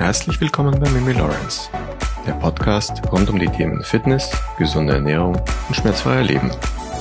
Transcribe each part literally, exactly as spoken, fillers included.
Herzlich willkommen bei Mimi Lawrence, der Podcast rund um die Themen Fitness, gesunde Ernährung und schmerzfreier Leben.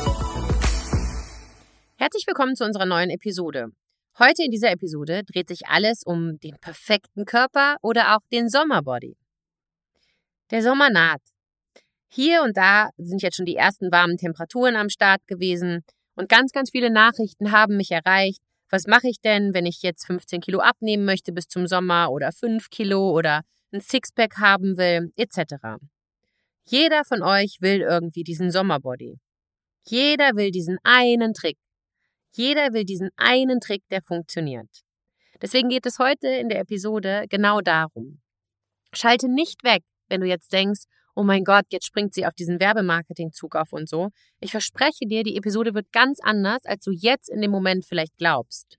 Herzlich willkommen zu unserer neuen Episode. Heute in dieser Episode dreht sich alles um den perfekten Körper oder auch den Sommerbody. Der Sommer naht. Hier und da sind jetzt schon die ersten warmen Temperaturen am Start gewesen und ganz, ganz viele Nachrichten haben mich erreicht. Was mache ich denn, wenn ich jetzt fünfzehn Kilo abnehmen möchte bis zum Sommer oder fünf Kilo oder ein Sixpack haben will, et cetera. Jeder von euch will irgendwie diesen Sommerbody. Jeder will diesen einen Trick. Jeder will diesen einen Trick, der funktioniert. Deswegen geht es heute in der Episode genau darum. Schalte nicht weg, wenn du jetzt denkst, oh mein Gott, jetzt springt sie auf diesen Werbemarketing-Zug auf und so. Ich verspreche dir, die Episode wird ganz anders, als du jetzt in dem Moment vielleicht glaubst.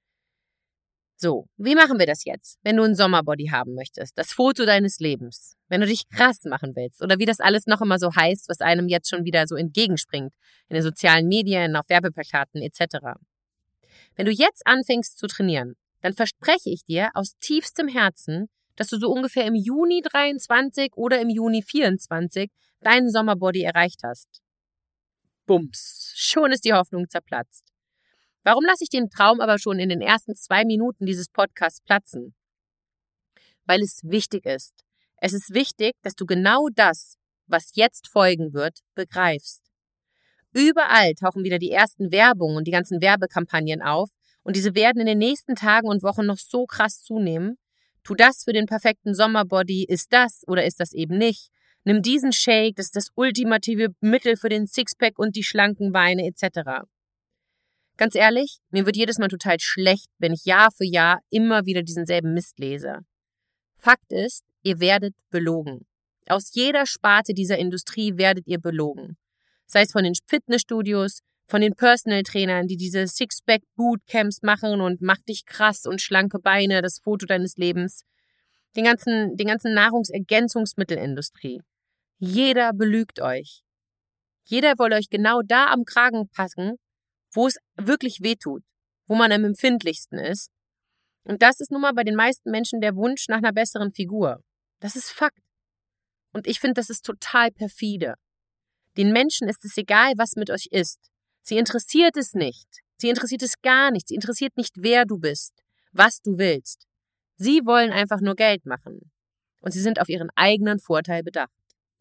So, wie machen wir das jetzt, wenn du einen Sommerbody haben möchtest? Das Foto deines Lebens. Wenn du dich krass machen willst oder wie das alles noch immer so heißt, was einem jetzt schon wieder so entgegenspringt in den sozialen Medien, auf Werbeplakaten et cetera. Wenn du jetzt anfängst zu trainieren, dann verspreche ich dir aus tiefstem Herzen, dass du so ungefähr im Juni dreiundzwanzig oder im Juni vierundzwanzig deinen Sommerbody erreicht hast. Bums, schon ist die Hoffnung zerplatzt. Warum lasse ich den Traum aber schon in den ersten zwei Minuten dieses Podcasts platzen? Weil es wichtig ist. Es ist wichtig, dass du genau das, was jetzt folgen wird, begreifst. Überall tauchen wieder die ersten Werbungen und die ganzen Werbekampagnen auf und diese werden in den nächsten Tagen und Wochen noch so krass zunehmen. Tu das für den perfekten Sommerbody, ist das oder ist das eben nicht? Nimm diesen Shake, das ist das ultimative Mittel für den Sixpack und die schlanken Beine et cetera. Ganz ehrlich, mir wird jedes Mal total schlecht, wenn ich Jahr für Jahr immer wieder diesen selben Mist lese. Fakt ist, ihr werdet belogen. Aus jeder Sparte dieser Industrie werdet ihr belogen. Sei es von den Fitnessstudios, von den Personal Trainern, die diese Sixpack-Bootcamps machen und mach dich krass und schlanke Beine, das Foto deines Lebens. Den ganzen, den ganzen Nahrungsergänzungsmittelindustrie. Jeder belügt euch. Jeder will euch genau da am Kragen packen, wo es wirklich wehtut, wo man am empfindlichsten ist. Und das ist nun mal bei den meisten Menschen der Wunsch nach einer besseren Figur. Das ist Fakt. Und ich finde, das ist total perfide. Den Menschen ist es egal, was mit euch ist. Sie interessiert es nicht. Sie interessiert es gar nicht. Sie interessiert nicht, wer du bist, was du willst. Sie wollen einfach nur Geld machen. Und sie sind auf ihren eigenen Vorteil bedacht.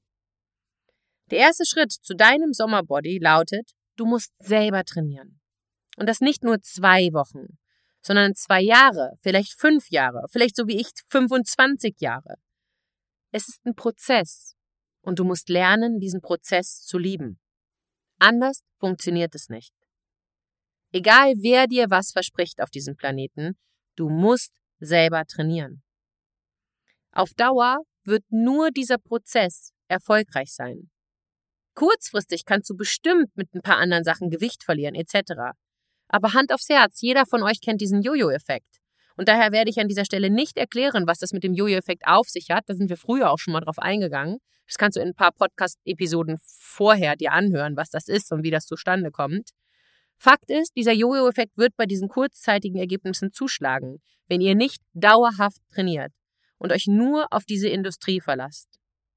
Der erste Schritt zu deinem Sommerbody lautet, du musst selber trainieren. Und das nicht nur zwei Wochen, sondern zwei Jahre, vielleicht fünf Jahre, vielleicht so wie ich fünfundzwanzig Jahre. Es ist ein Prozess. Und du musst lernen, diesen Prozess zu lieben. Anders funktioniert es nicht. Egal, wer dir was verspricht auf diesem Planeten, du musst selber trainieren. Auf Dauer wird nur dieser Prozess erfolgreich sein. Kurzfristig kannst du bestimmt mit ein paar anderen Sachen Gewicht verlieren et cetera. Aber Hand aufs Herz, jeder von euch kennt diesen Jojo-Effekt. Und daher werde ich an dieser Stelle nicht erklären, was das mit dem Jojo-Effekt auf sich hat. Da sind wir früher auch schon mal drauf eingegangen. Das kannst du in ein paar Podcast-Episoden vorher dir anhören, was das ist und wie das zustande kommt. Fakt ist, dieser Jojo-Effekt wird bei diesen kurzzeitigen Ergebnissen zuschlagen, wenn ihr nicht dauerhaft trainiert und euch nur auf diese Industrie verlasst.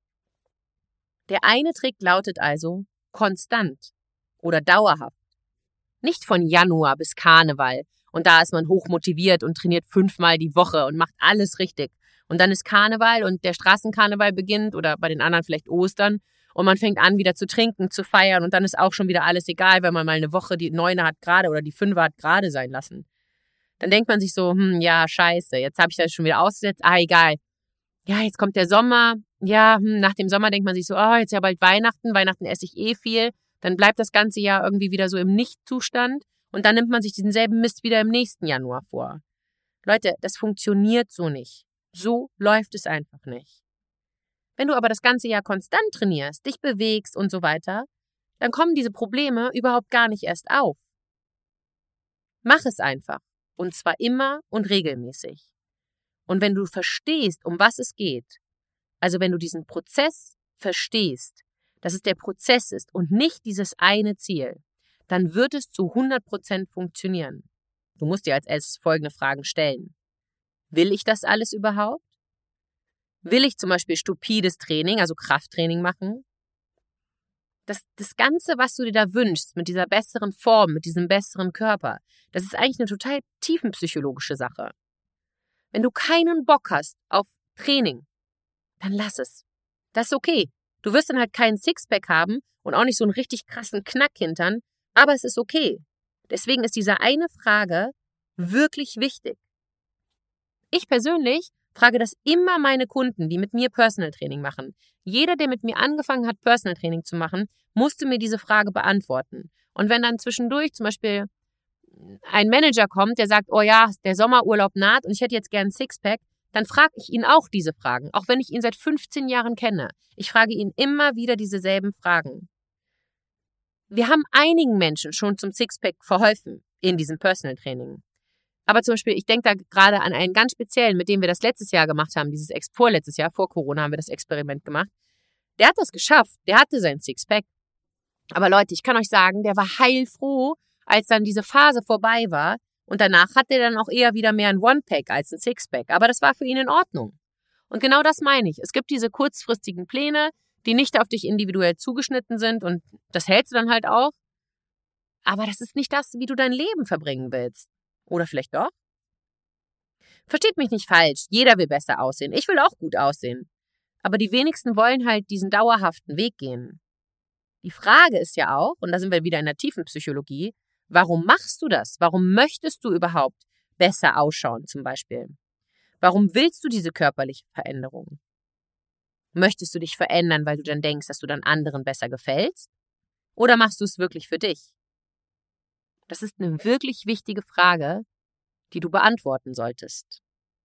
Der eine Trick lautet also konstant oder dauerhaft. Nicht von Januar bis Karneval und da ist man hochmotiviert und trainiert fünfmal die Woche und macht alles richtig. Und dann ist Karneval und der Straßenkarneval beginnt oder bei den anderen vielleicht Ostern und man fängt an wieder zu trinken, zu feiern und dann ist auch schon wieder alles egal, wenn man mal eine Woche die Neune hat gerade oder die Fünfe hat gerade sein lassen. Dann denkt man sich so, hm, ja, scheiße, jetzt habe ich das schon wieder ausgesetzt, ah, egal. Ja, jetzt kommt der Sommer, ja, hm, nach dem Sommer denkt man sich so, oh, jetzt ist ja bald Weihnachten, Weihnachten esse ich eh viel, dann bleibt das ganze Jahr irgendwie wieder so im Nichtzustand und dann nimmt man sich diesen selben Mist wieder im nächsten Januar vor. Leute, das funktioniert so nicht. So läuft es einfach nicht. Wenn du aber das ganze Jahr konstant trainierst, dich bewegst und so weiter, dann kommen diese Probleme überhaupt gar nicht erst auf. Mach es einfach. Und zwar immer und regelmäßig. Und wenn du verstehst, um was es geht, also wenn du diesen Prozess verstehst, dass es der Prozess ist und nicht dieses eine Ziel, dann wird es zu hundert Prozent funktionieren. Du musst dir als erstes folgende Fragen stellen. Will ich das alles überhaupt? Will ich zum Beispiel stupides Training, also Krafttraining machen? Das, das Ganze, was du dir da wünschst, mit dieser besseren Form, mit diesem besseren Körper, das ist eigentlich eine total tiefenpsychologische Sache. Wenn du keinen Bock hast auf Training, dann lass es. Das ist okay. Du wirst dann halt keinen Sixpack haben und auch nicht so einen richtig krassen Knackhintern, aber es ist okay. Deswegen ist diese eine Frage wirklich wichtig. Ich persönlich frage das immer meine Kunden, die mit mir Personal Training machen. Jeder, der mit mir angefangen hat, Personal Training zu machen, musste mir diese Frage beantworten. Und wenn dann zwischendurch zum Beispiel ein Manager kommt, der sagt, oh ja, der Sommerurlaub naht und ich hätte jetzt gern ein Sixpack, dann frage ich ihn auch diese Fragen, auch wenn ich ihn seit fünfzehn Jahren kenne. Ich frage ihn immer wieder dieselben Fragen. Wir haben einigen Menschen schon zum Sixpack verholfen in diesem Personal Training. Aber zum Beispiel, ich denke da gerade an einen ganz speziellen, mit dem wir das letztes Jahr gemacht haben, dieses Ex- vorletztes Jahr, vor Corona haben wir das Experiment gemacht. Der hat das geschafft, der hatte sein Sixpack. Aber Leute, ich kann euch sagen, der war heilfroh, als dann diese Phase vorbei war. Und danach hat er dann auch eher wieder mehr ein One-Pack als ein Sixpack. Aber das war für ihn in Ordnung. Und genau das meine ich. Es gibt diese kurzfristigen Pläne, die nicht auf dich individuell zugeschnitten sind. Und das hältst du dann halt auch. Aber das ist nicht das, wie du dein Leben verbringen willst. Oder vielleicht doch? Versteht mich nicht falsch. Jeder will besser aussehen. Ich will auch gut aussehen. Aber die wenigsten wollen halt diesen dauerhaften Weg gehen. Die Frage ist ja auch, und da sind wir wieder in der tiefen Psychologie, warum machst du das? Warum möchtest du überhaupt besser ausschauen zum Beispiel? Warum willst du diese körperliche Veränderung? Möchtest du dich verändern, weil du dann denkst, dass du dann anderen besser gefällst? Oder machst du es wirklich für dich? Das ist eine wirklich wichtige Frage, die du beantworten solltest.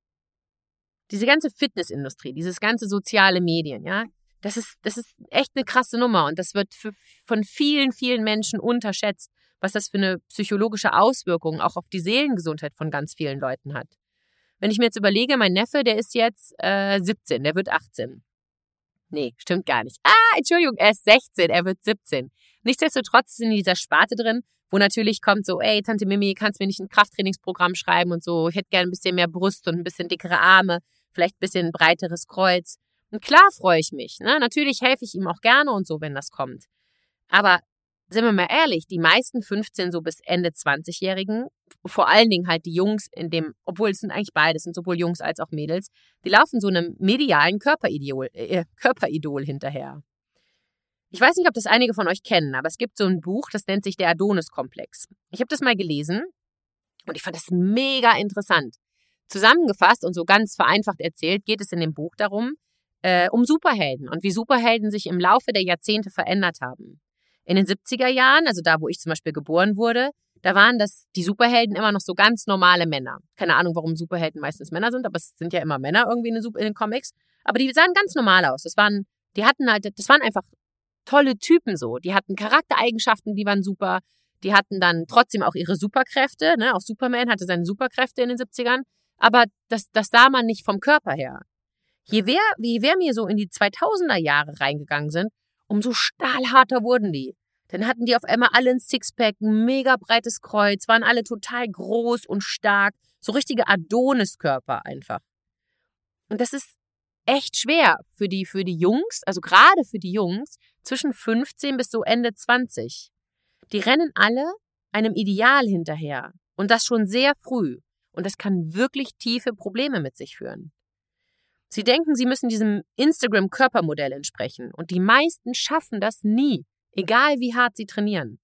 Diese ganze Fitnessindustrie, dieses ganze soziale Medien, ja, das ist, das ist echt eine krasse Nummer und das wird für, von vielen, vielen Menschen unterschätzt, was das für eine psychologische Auswirkung auch auf die Seelengesundheit von ganz vielen Leuten hat. Wenn ich mir jetzt überlege, mein Neffe, der ist jetzt äh, siebzehn, der wird achtzehn. Nee, stimmt gar nicht. Ah, Entschuldigung, er ist sechzehn, er wird siebzehn. Nichtsdestotrotz ist in dieser Sparte drin, wo natürlich kommt so, ey, Tante Mimi, kannst du mir nicht ein Krafttrainingsprogramm schreiben und so, ich hätte gerne ein bisschen mehr Brust und ein bisschen dickere Arme, vielleicht ein bisschen breiteres Kreuz. Und klar freue ich mich, ne? Natürlich helfe ich ihm auch gerne und so, wenn das kommt. Aber sind wir mal ehrlich, die meisten fünfzehn so bis Ende zwanzigjährigen, vor allen Dingen halt die Jungs, in dem, obwohl es sind eigentlich beides, sind sowohl Jungs als auch Mädels, die laufen so einem medialen Körperidol, äh, Körperidol hinterher. Ich weiß nicht, ob das einige von euch kennen, aber es gibt so ein Buch, das nennt sich der Adonis-Komplex. Ich habe das mal gelesen und ich fand das mega interessant. Zusammengefasst und so ganz vereinfacht erzählt geht es in dem Buch darum, äh, um Superhelden und wie Superhelden sich im Laufe der Jahrzehnte verändert haben. In den siebziger Jahren, also da, wo ich zum Beispiel geboren wurde, da waren das die Superhelden immer noch so ganz normale Männer. Keine Ahnung, warum Superhelden meistens Männer sind, aber es sind ja immer Männer irgendwie in den, in den Comics. Aber die sahen ganz normal aus. Das waren, die hatten halt, das waren einfach tolle Typen so. Die hatten Charaktereigenschaften, die waren super. Die hatten dann trotzdem auch ihre Superkräfte. Ne? Auch Superman hatte seine Superkräfte in den siebzigern. Aber das, das sah man nicht vom Körper her. Je mehr, je mehr wir so in die zweitausender Jahre reingegangen sind, umso stahlharter wurden die. Dann hatten die auf einmal alle ein Sixpack, ein mega breites Kreuz, waren alle total groß und stark. So richtige Adonis-Körper einfach. Und das ist echt schwer für die, für die Jungs, also gerade für die Jungs, zwischen fünfzehn bis so Ende zwanzig. Die rennen alle einem Ideal hinterher. Und das schon sehr früh. Und das kann wirklich tiefe Probleme mit sich führen. Sie denken, sie müssen diesem Instagram-Körpermodell entsprechen. Und die meisten schaffen das nie, egal wie hart sie trainieren.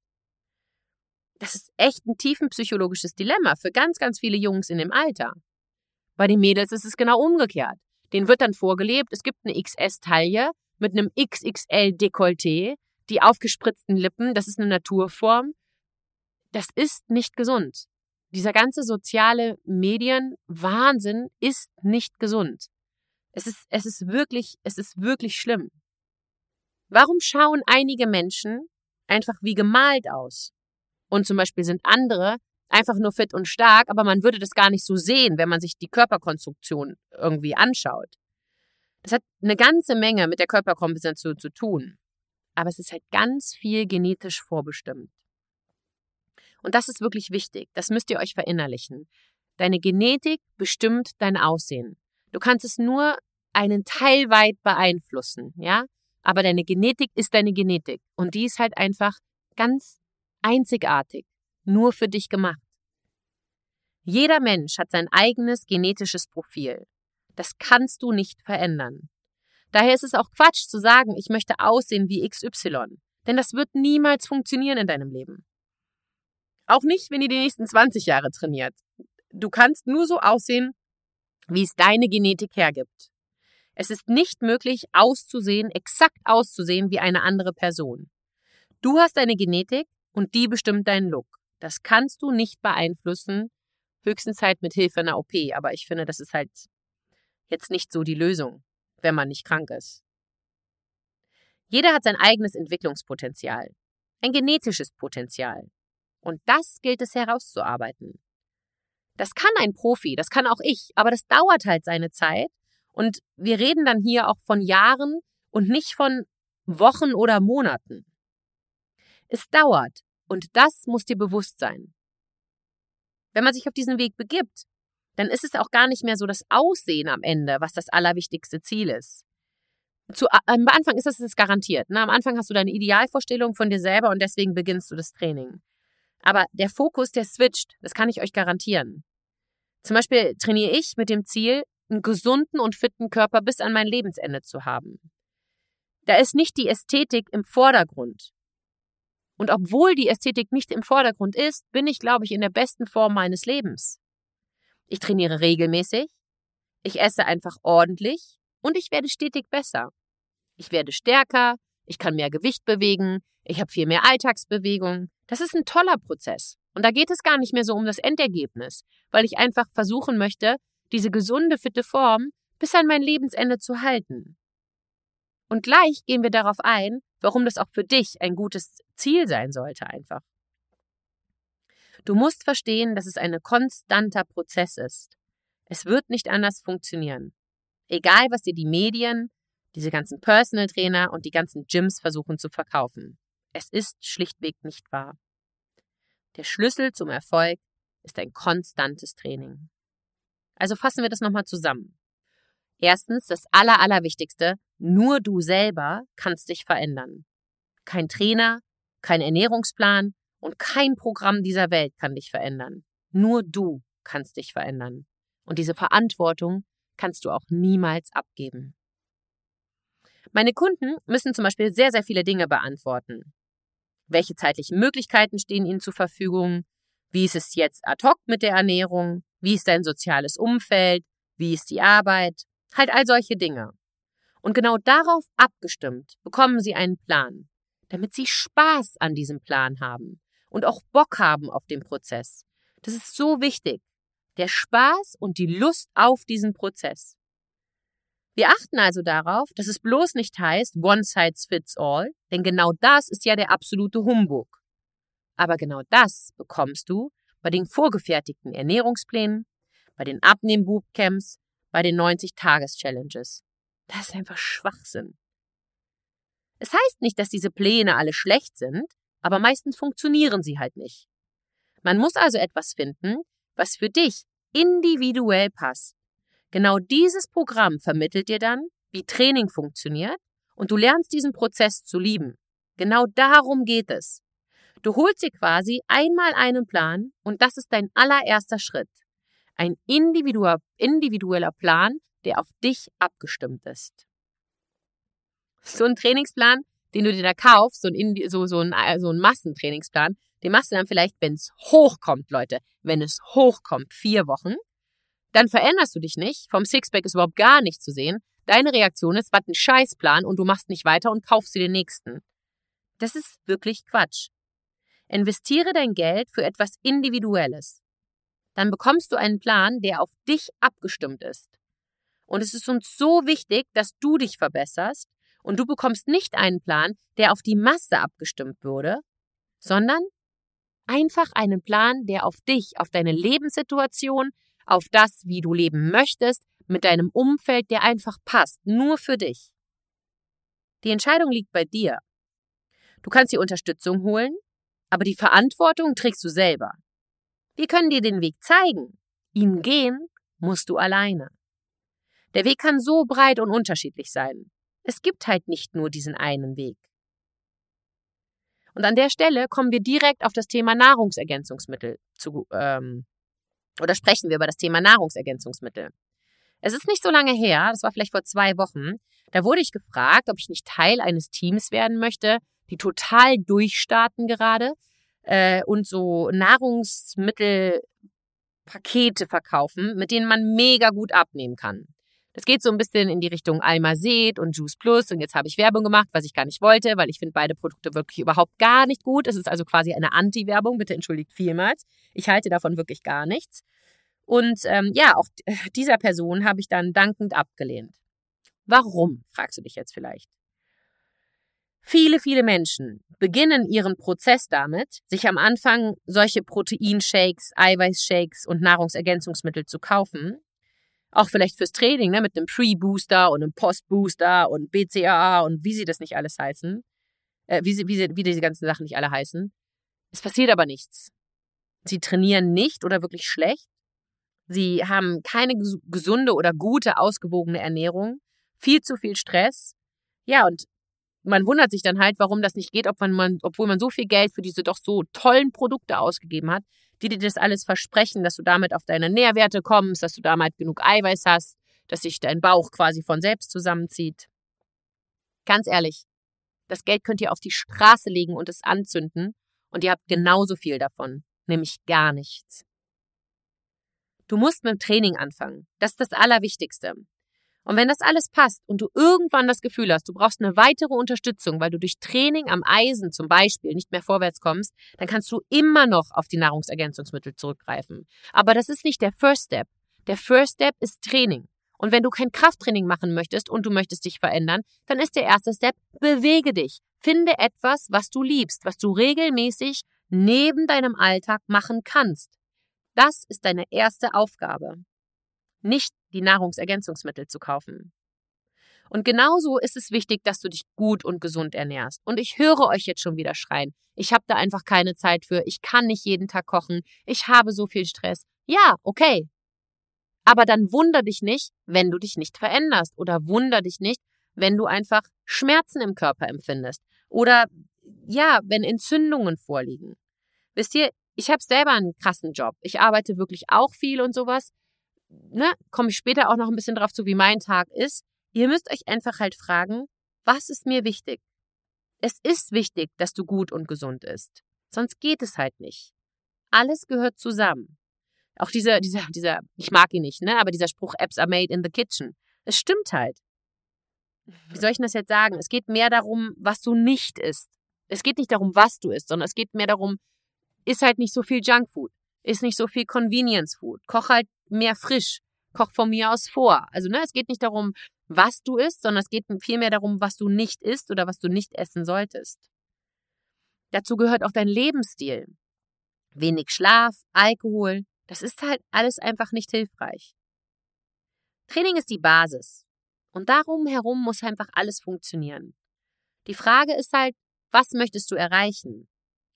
Das ist echt ein tiefenpsychologisches Dilemma für ganz, ganz viele Jungs in dem Alter. Bei den Mädels ist es genau umgekehrt. Denen wird dann vorgelebt, es gibt eine X S-Taille mit einem X X L-Dekolleté, die aufgespritzten Lippen, das ist eine Naturform. Das ist nicht gesund. Dieser ganze soziale Medien-Wahnsinn ist nicht gesund. Es ist, es ist wirklich, es ist wirklich schlimm. Warum schauen einige Menschen einfach wie gemalt aus? Und zum Beispiel sind andere einfach nur fit und stark, aber man würde das gar nicht so sehen, wenn man sich die Körperkonstruktion irgendwie anschaut. Das hat eine ganze Menge mit der Körperkomposition zu tun. Aber es ist halt ganz viel genetisch vorbestimmt. Und das ist wirklich wichtig. Das müsst ihr euch verinnerlichen. Deine Genetik bestimmt dein Aussehen. Du kannst es nur einen teilweit beeinflussen, ja? Aber deine Genetik ist deine Genetik und die ist halt einfach ganz einzigartig, nur für dich gemacht. Jeder Mensch hat sein eigenes genetisches Profil. Das kannst du nicht verändern. Daher ist es auch Quatsch zu sagen, ich möchte aussehen wie X Y, denn das wird niemals funktionieren in deinem Leben. Auch nicht, wenn ihr die nächsten zwanzig Jahre trainiert. Du kannst nur so aussehen, wie es deine Genetik hergibt. Es ist nicht möglich, auszusehen, exakt auszusehen wie eine andere Person. Du hast deine Genetik und die bestimmt deinen Look. Das kannst du nicht beeinflussen, höchstens halt mit Hilfe einer O P. Aber ich finde, das ist halt jetzt nicht so die Lösung, wenn man nicht krank ist. Jeder hat sein eigenes Entwicklungspotenzial, ein genetisches Potenzial. Und das gilt es herauszuarbeiten. Das kann ein Profi, das kann auch ich, aber das dauert halt seine Zeit. Und wir reden dann hier auch von Jahren und nicht von Wochen oder Monaten. Es dauert und das muss dir bewusst sein. Wenn man sich auf diesen Weg begibt, dann ist es auch gar nicht mehr so das Aussehen am Ende, was das allerwichtigste Ziel ist. Zu, am Anfang ist das, das garantiert. Ne? Am Anfang hast du deine Idealvorstellung von dir selber und deswegen beginnst du das Training. Aber der Fokus, der switcht, das kann ich euch garantieren. Zum Beispiel trainiere ich mit dem Ziel, einen gesunden und fitten Körper bis an mein Lebensende zu haben. Da ist nicht die Ästhetik im Vordergrund. Und obwohl die Ästhetik nicht im Vordergrund ist, bin ich, glaube ich, in der besten Form meines Lebens. Ich trainiere regelmäßig, ich esse einfach ordentlich und ich werde stetig besser. Ich werde stärker, ich kann mehr Gewicht bewegen, ich habe viel mehr Alltagsbewegung. Das ist ein toller Prozess. Und da geht es gar nicht mehr so um das Endergebnis, weil ich einfach versuchen möchte, diese gesunde, fitte Form bis an mein Lebensende zu halten. Und gleich gehen wir darauf ein, warum das auch für dich ein gutes Ziel sein sollte einfach. Du musst verstehen, dass es ein konstanter Prozess ist. Es wird nicht anders funktionieren. Egal, was dir die Medien, diese ganzen Personal Trainer und die ganzen Gyms versuchen zu verkaufen. Es ist schlichtweg nicht wahr. Der Schlüssel zum Erfolg ist ein konstantes Training. Also fassen wir das nochmal zusammen. Erstens, das Aller, Allerwichtigste, nur du selber kannst dich verändern. Kein Trainer, kein Ernährungsplan und kein Programm dieser Welt kann dich verändern. Nur du kannst dich verändern. Und diese Verantwortung kannst du auch niemals abgeben. Meine Kunden müssen zum Beispiel sehr, sehr viele Dinge beantworten. Welche zeitlichen Möglichkeiten stehen ihnen zur Verfügung? Wie ist es jetzt ad hoc mit der Ernährung? Wie ist dein soziales Umfeld? Wie ist die Arbeit? Halt all solche Dinge. Und genau darauf abgestimmt bekommen sie einen Plan, damit sie Spaß an diesem Plan haben und auch Bock haben auf den Prozess. Das ist so wichtig. Der Spaß und die Lust auf diesen Prozess. Wir achten also darauf, dass es bloß nicht heißt, one size fits all, denn genau das ist ja der absolute Humbug. Aber genau das bekommst du bei den vorgefertigten Ernährungsplänen, bei den Abnehm-Bootcamps, bei den neunzig-Tages-Challenges. Das ist einfach Schwachsinn. Es heißt nicht, dass diese Pläne alle schlecht sind, aber meistens funktionieren sie halt nicht. Man muss also etwas finden, was für dich individuell passt. Genau dieses Programm vermittelt dir dann, wie Training funktioniert und du lernst diesen Prozess zu lieben. Genau darum geht es. Du holst dir quasi einmal einen Plan und das ist dein allererster Schritt. Ein individueller Plan, der auf dich abgestimmt ist. So ein Trainingsplan, den du dir da kaufst, so ein, so, so ein, so ein Massentrainingsplan, den machst du dann vielleicht, wenn es hochkommt, Leute, wenn es hochkommt, vier Wochen. Dann veränderst du dich nicht, vom Sixpack ist überhaupt gar nichts zu sehen. Deine Reaktion ist, was ein Scheißplan und du machst nicht weiter und kaufst dir den nächsten. Das ist wirklich Quatsch. Investiere dein Geld für etwas Individuelles. Dann bekommst du einen Plan, der auf dich abgestimmt ist. Und es ist uns so wichtig, dass du dich verbesserst und du bekommst nicht einen Plan, der auf die Masse abgestimmt wurde, sondern einfach einen Plan, der auf dich, auf deine Lebenssituation, auf das, wie du leben möchtest, mit deinem Umfeld, der einfach passt, nur für dich. Die Entscheidung liegt bei dir. Du kannst dir Unterstützung holen, aber die Verantwortung trägst du selber. Wir können dir den Weg zeigen. Ihn gehen musst du alleine. Der Weg kann so breit und unterschiedlich sein. Es gibt halt nicht nur diesen einen Weg. Und an der Stelle kommen wir direkt auf das Thema Nahrungsergänzungsmittel zu, ähm, oder sprechen wir über das Thema Nahrungsergänzungsmittel. Es ist nicht so lange her, das war vielleicht vor zwei Wochen, da wurde ich gefragt, ob ich nicht Teil eines Teams werden möchte, die total durchstarten gerade äh, und so Nahrungsmittelpakete verkaufen, mit denen man mega gut abnehmen kann. Das geht so ein bisschen in die Richtung Almazet und Juice Plus und jetzt habe ich Werbung gemacht, was ich gar nicht wollte, weil ich finde beide Produkte wirklich überhaupt gar nicht gut. Es ist also quasi eine Anti-Werbung, bitte entschuldigt vielmals. Ich halte davon wirklich gar nichts. Und ähm, ja, auch dieser Person habe ich dann dankend abgelehnt. Warum, fragst du dich jetzt vielleicht? Viele, viele Menschen beginnen ihren Prozess damit, sich am Anfang solche Proteinshakes, Eiweißshakes und Nahrungsergänzungsmittel zu kaufen. Auch vielleicht fürs Training, ne, mit einem Pre-Booster und einem Post-Booster und B C A A und wie sie das nicht alles heißen. Äh, wie, sie, wie, sie, wie diese ganzen Sachen nicht alle heißen. Es passiert aber nichts. Sie trainieren nicht oder wirklich schlecht. Sie haben keine gesunde oder gute, ausgewogene Ernährung. Viel zu viel Stress. Ja, und man wundert sich dann halt, warum das nicht geht, ob man, obwohl man so viel Geld für diese doch so tollen Produkte ausgegeben hat, die dir das alles versprechen, dass du damit auf deine Nährwerte kommst, dass du damit genug Eiweiß hast, dass sich dein Bauch quasi von selbst zusammenzieht. Ganz ehrlich, das Geld könnt ihr auf die Straße legen und es anzünden und ihr habt genauso viel davon, nämlich gar nichts. Du musst mit dem Training anfangen. Das ist das Allerwichtigste. Und wenn das alles passt und du irgendwann das Gefühl hast, du brauchst eine weitere Unterstützung, weil du durch Training am Eisen zum Beispiel nicht mehr vorwärts kommst, dann kannst du immer noch auf die Nahrungsergänzungsmittel zurückgreifen. Aber das ist nicht der First Step. Der First Step ist Training. Und wenn du kein Krafttraining machen möchtest und du möchtest dich verändern, dann ist der erste Step, bewege dich. Finde etwas, was du liebst, was du regelmäßig neben deinem Alltag machen kannst. Das ist deine erste Aufgabe. Nicht die Nahrungsergänzungsmittel zu kaufen. Und genauso ist es wichtig, dass du dich gut und gesund ernährst. Und ich höre euch jetzt schon wieder schreien. Ich habe da einfach keine Zeit für. Ich kann nicht jeden Tag kochen. Ich habe so viel Stress. Ja, okay. Aber dann wunder dich nicht, wenn du dich nicht veränderst. Oder wunder dich nicht, wenn du einfach Schmerzen im Körper empfindest. Oder ja, wenn Entzündungen vorliegen. Wisst ihr, ich habe selber einen krassen Job. Ich arbeite wirklich auch viel und sowas. Ne, komme ich später auch noch ein bisschen drauf zu, wie mein Tag ist. Ihr müsst euch einfach halt fragen, was ist mir wichtig? Es ist wichtig, dass du gut und gesund isst. Sonst geht es halt nicht. Alles gehört zusammen. Auch dieser, dieser, dieser, ich mag ihn nicht, ne, aber dieser Spruch, Apps are made in the kitchen. Es stimmt halt. Wie soll ich denn das jetzt sagen? Es geht mehr darum, was du nicht isst. Es geht nicht darum, was du isst, sondern es geht mehr darum, iss halt nicht so viel Junkfood. Ist nicht so viel Convenience Food. Koch halt mehr frisch. Koch von mir aus vor. Also ne, es geht nicht darum, was du isst, sondern es geht vielmehr darum, was du nicht isst oder was du nicht essen solltest. Dazu gehört auch dein Lebensstil. Wenig Schlaf, Alkohol, das ist halt alles einfach nicht hilfreich. Training ist die Basis. Und darum herum muss einfach alles funktionieren. Die Frage ist halt, was möchtest du erreichen?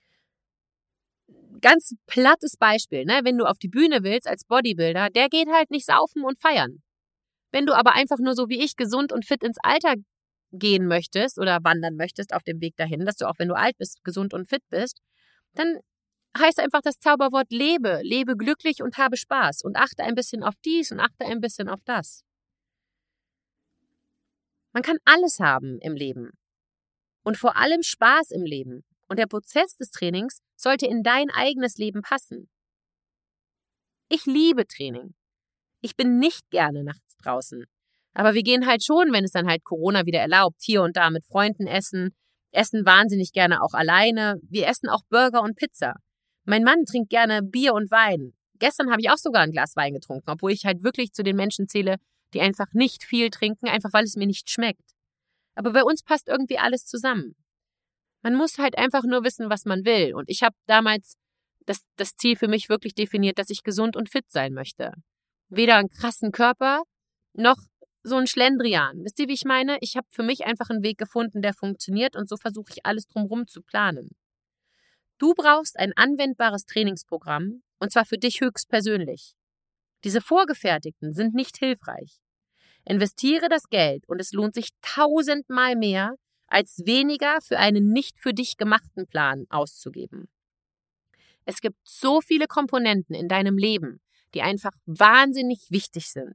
Ganz plattes Beispiel, ne? Wenn du auf die Bühne willst als Bodybuilder, der geht halt nicht saufen und feiern. Wenn du aber einfach nur so wie ich gesund und fit ins Alter gehen möchtest oder wandern möchtest auf dem Weg dahin, dass du auch, wenn du alt bist, gesund und fit bist, dann heißt einfach das Zauberwort lebe, lebe glücklich und habe Spaß und achte ein bisschen auf dies und achte ein bisschen auf das. Man kann alles haben im Leben und vor allem Spaß im Leben. Und der Prozess des Trainings sollte in dein eigenes Leben passen. Ich liebe Training. Ich bin nicht gerne nachts draußen. Aber wir gehen halt schon, wenn es dann halt Corona wieder erlaubt, hier und da mit Freunden essen, essen wahnsinnig gerne auch alleine. Wir essen auch Burger und Pizza. Mein Mann trinkt gerne Bier und Wein. Gestern habe ich auch sogar ein Glas Wein getrunken, obwohl ich halt wirklich zu den Menschen zähle, die einfach nicht viel trinken, einfach weil es mir nicht schmeckt. Aber bei uns passt irgendwie alles zusammen. Man muss halt einfach nur wissen, was man will. Und ich habe damals das, das Ziel für mich wirklich definiert, dass ich gesund und fit sein möchte. Weder einen krassen Körper, noch so ein Schlendrian. Wisst ihr, wie ich meine? Ich habe für mich einfach einen Weg gefunden, der funktioniert und so versuche ich alles drumherum zu planen. Du brauchst ein anwendbares Trainingsprogramm und zwar für dich höchstpersönlich. Diese vorgefertigten sind nicht hilfreich. Investiere das Geld und es lohnt sich tausendmal mehr, als weniger für einen nicht für dich gemachten Plan auszugeben. Es gibt so viele Komponenten in deinem Leben, die einfach wahnsinnig wichtig sind.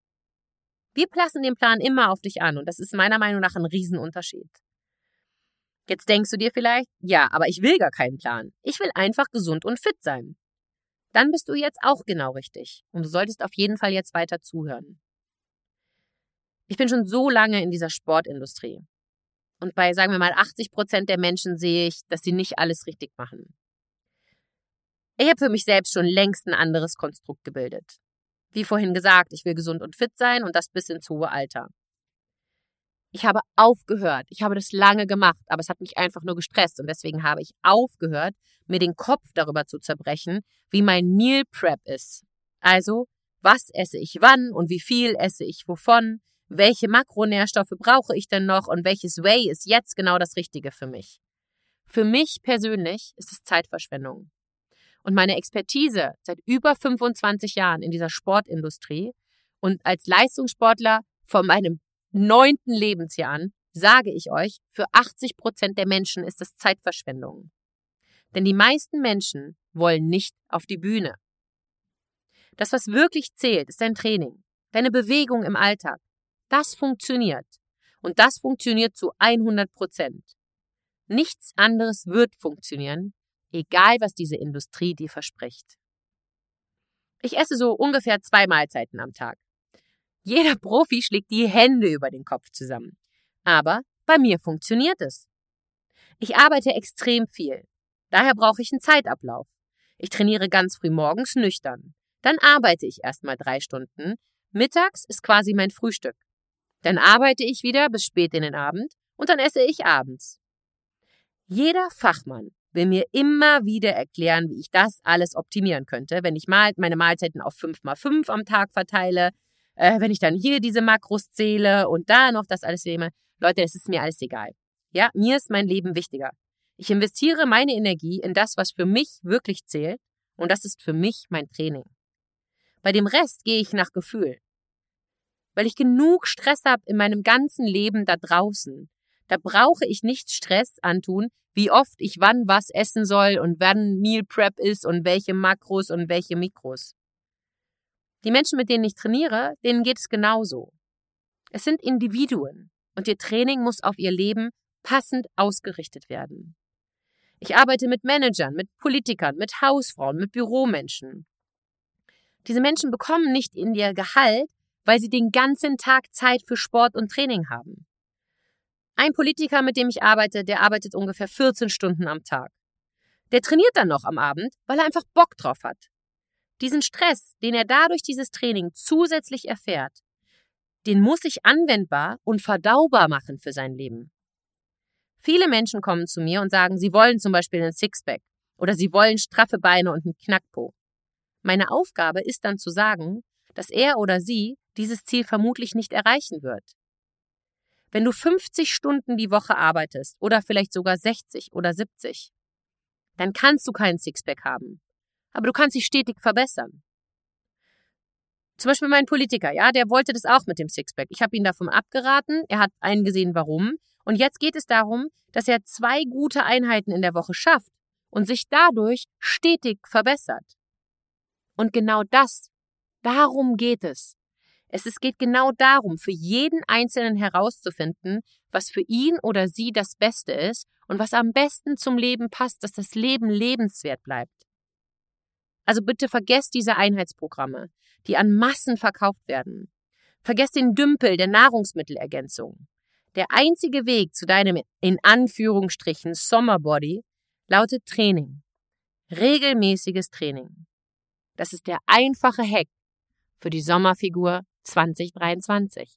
Wir passen den Plan immer auf dich an und das ist meiner Meinung nach ein Riesenunterschied. Jetzt denkst du dir vielleicht, ja, aber ich will gar keinen Plan. Ich will einfach gesund und fit sein. Dann bist du jetzt auch genau richtig und du solltest auf jeden Fall jetzt weiter zuhören. Ich bin schon so lange in dieser Sportindustrie und bei, sagen wir mal, achtzig Prozent der Menschen sehe ich, dass sie nicht alles richtig machen. Ich habe für mich selbst schon längst ein anderes Konstrukt gebildet. Wie vorhin gesagt, ich will gesund und fit sein und das bis ins hohe Alter. Ich habe aufgehört. Ich habe das lange gemacht, aber es hat mich einfach nur gestresst und deswegen habe ich aufgehört, mir den Kopf darüber zu zerbrechen, wie mein Meal Prep ist. Also, was esse ich wann und wie viel esse ich wovon, welche Makronährstoffe brauche ich denn noch und welches Whey ist jetzt genau das Richtige für mich. Für mich persönlich ist es Zeitverschwendung. Und meine Expertise seit über fünfundzwanzig Jahren in dieser Sportindustrie und als Leistungssportler von meinem neunten Lebensjahr an, sage ich euch, für achtzig Prozent der Menschen ist es Zeitverschwendung. Denn die meisten Menschen wollen nicht auf die Bühne. Das, was wirklich zählt, ist dein Training, deine Bewegung im Alltag. Das funktioniert. Und das funktioniert zu hundert Prozent. Nichts anderes wird funktionieren, egal was diese Industrie dir verspricht. Ich esse so ungefähr zwei Mahlzeiten am Tag. Jeder Profi schlägt die Hände über den Kopf zusammen. Aber bei mir funktioniert es. Ich arbeite extrem viel. Daher brauche ich einen Zeitablauf. Ich trainiere ganz früh morgens nüchtern. Dann arbeite ich erstmal drei Stunden. Mittags ist quasi mein Frühstück. Dann arbeite ich wieder bis spät in den Abend und dann esse ich abends. Jeder Fachmann will mir immer wieder erklären, wie ich das alles optimieren könnte, wenn ich mal meine Mahlzeiten auf fünf mal fünf am Tag verteile, äh, wenn ich dann hier diese Makros zähle und da noch das alles nehme. Leute, das ist mir alles egal. Ja, mir ist mein Leben wichtiger. Ich investiere meine Energie in das, was für mich wirklich zählt und das ist für mich mein Training. Bei dem Rest gehe ich nach Gefühl. Weil ich genug Stress habe in meinem ganzen Leben da draußen. Da brauche ich nicht Stress antun, wie oft ich wann was essen soll und wann Meal Prep ist und welche Makros und welche Mikros. Die Menschen, mit denen ich trainiere, denen geht es genauso. Es sind Individuen und ihr Training muss auf ihr Leben passend ausgerichtet werden. Ich arbeite mit Managern, mit Politikern, mit Hausfrauen, mit Büromenschen. Diese Menschen bekommen nicht in ihr Gehalt, weil sie den ganzen Tag Zeit für Sport und Training haben. Ein Politiker, mit dem ich arbeite, der arbeitet ungefähr vierzehn Stunden am Tag. Der trainiert dann noch am Abend, weil er einfach Bock drauf hat. Diesen Stress, den er dadurch dieses Training zusätzlich erfährt, den muss ich anwendbar und verdaubar machen für sein Leben. Viele Menschen kommen zu mir und sagen, sie wollen zum Beispiel einen Sixpack oder sie wollen straffe Beine und einen Knackpo. Meine Aufgabe ist dann zu sagen, dass er oder sie dieses Ziel vermutlich nicht erreichen wird. Wenn du fünfzig Stunden die Woche arbeitest oder vielleicht sogar sechzig oder siebzig, dann kannst du keinen Sixpack haben. Aber du kannst dich stetig verbessern. Zum Beispiel mein Politiker, ja, der wollte das auch mit dem Sixpack. Ich habe ihn davon abgeraten, er hat eingesehen, warum. Und jetzt geht es darum, dass er zwei gute Einheiten in der Woche schafft und sich dadurch stetig verbessert. Und genau das, darum geht es. Es ist, geht genau darum, für jeden Einzelnen herauszufinden, was für ihn oder sie das Beste ist und was am besten zum Leben passt, dass das Leben lebenswert bleibt. Also bitte vergesst diese Einheitsprogramme, die an Massen verkauft werden. Vergesst den Dümpel der Nahrungsmittelergänzung. Der einzige Weg zu deinem, in Anführungsstrichen, Sommerbody lautet Training. Regelmäßiges Training. Das ist der einfache Hack für die Sommerfigur zwanzig dreiundzwanzig.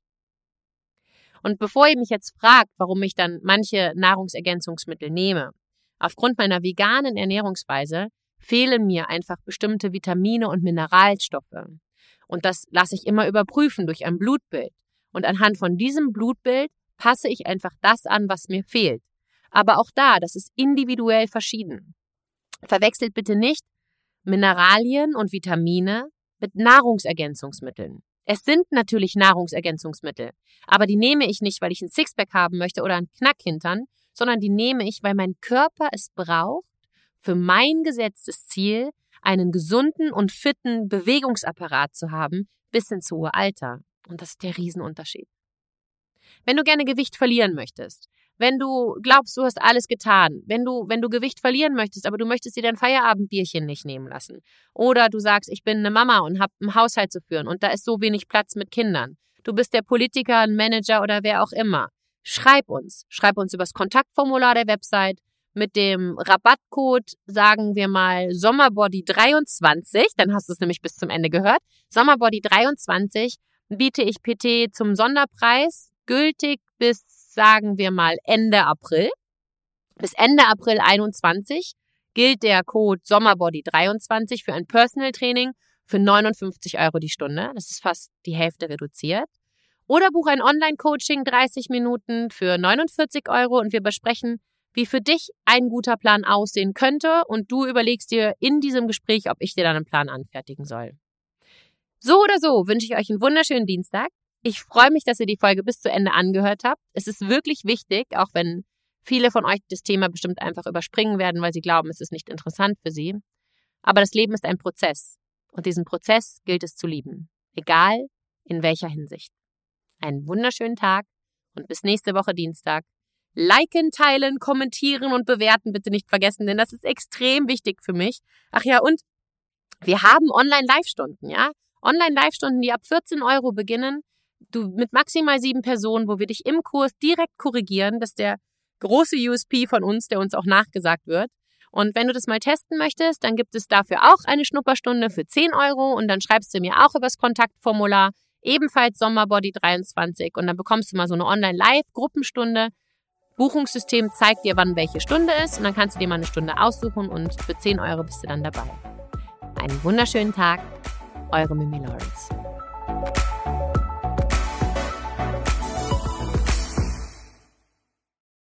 Und bevor ihr mich jetzt fragt, warum ich dann manche Nahrungsergänzungsmittel nehme, aufgrund meiner veganen Ernährungsweise fehlen mir einfach bestimmte Vitamine und Mineralstoffe. Und das lasse ich immer überprüfen durch ein Blutbild. Und anhand von diesem Blutbild passe ich einfach das an, was mir fehlt. Aber auch da, das ist individuell verschieden. Verwechselt bitte nicht Mineralien und Vitamine mit Nahrungsergänzungsmitteln. Es sind natürlich Nahrungsergänzungsmittel, aber die nehme ich nicht, weil ich ein Sixpack haben möchte oder einen Knackhintern, sondern die nehme ich, weil mein Körper es braucht, für mein gesetztes Ziel, einen gesunden und fitten Bewegungsapparat zu haben, bis ins hohe Alter. Und das ist der Riesenunterschied. Wenn du gerne Gewicht verlieren möchtest, wenn du glaubst, du hast alles getan, wenn du, wenn du Gewicht verlieren möchtest, aber du möchtest dir dein Feierabendbierchen nicht nehmen lassen, oder du sagst, ich bin eine Mama und habe einen Haushalt zu führen und da ist so wenig Platz mit Kindern, du bist der Politiker, ein Manager oder wer auch immer, schreib uns. Schreib uns übers Kontaktformular der Website mit dem Rabattcode, sagen wir mal Sommerbody dreiundzwanzig, dann hast du es nämlich bis zum Ende gehört, Sommerbody dreiundzwanzig biete ich P T zum Sonderpreis, gültig bis, sagen wir mal, Ende April. Bis Ende April einundzwanzig gilt der Code Sommerbody dreiundzwanzig für ein Personal Training für neunundfünfzig Euro die Stunde. Das ist fast die Hälfte reduziert. Oder buch ein Online-Coaching dreißig Minuten für neunundvierzig Euro und wir besprechen, wie für dich ein guter Plan aussehen könnte und du überlegst dir in diesem Gespräch, ob ich dir dann einen Plan anfertigen soll. So oder so wünsche ich euch einen wunderschönen Dienstag. Ich freue mich, dass ihr die Folge bis zu Ende angehört habt. Es ist wirklich wichtig, auch wenn viele von euch das Thema bestimmt einfach überspringen werden, weil sie glauben, es ist nicht interessant für sie. Aber das Leben ist ein Prozess und diesen Prozess gilt es zu lieben, egal in welcher Hinsicht. Einen wunderschönen Tag und bis nächste Woche Dienstag. Liken, teilen, kommentieren und bewerten bitte nicht vergessen, denn das ist extrem wichtig für mich. Ach ja, und wir haben Online-Live-Stunden, ja? Online-Live-Stunden, die ab vierzehn Euro beginnen. Du mit maximal sieben Personen, wo wir dich im Kurs direkt korrigieren. Das ist der große U S P von uns, der uns auch nachgesagt wird. Und wenn du das mal testen möchtest, dann gibt es dafür auch eine Schnupperstunde für zehn Euro und dann schreibst du mir auch übers Kontaktformular, ebenfalls Sommerbody dreiundzwanzig und dann bekommst du mal so eine Online-Live-Gruppenstunde. Buchungssystem zeigt dir, wann welche Stunde ist und dann kannst du dir mal eine Stunde aussuchen und für zehn Euro bist du dann dabei. Einen wunderschönen Tag, eure Mimi Lawrence.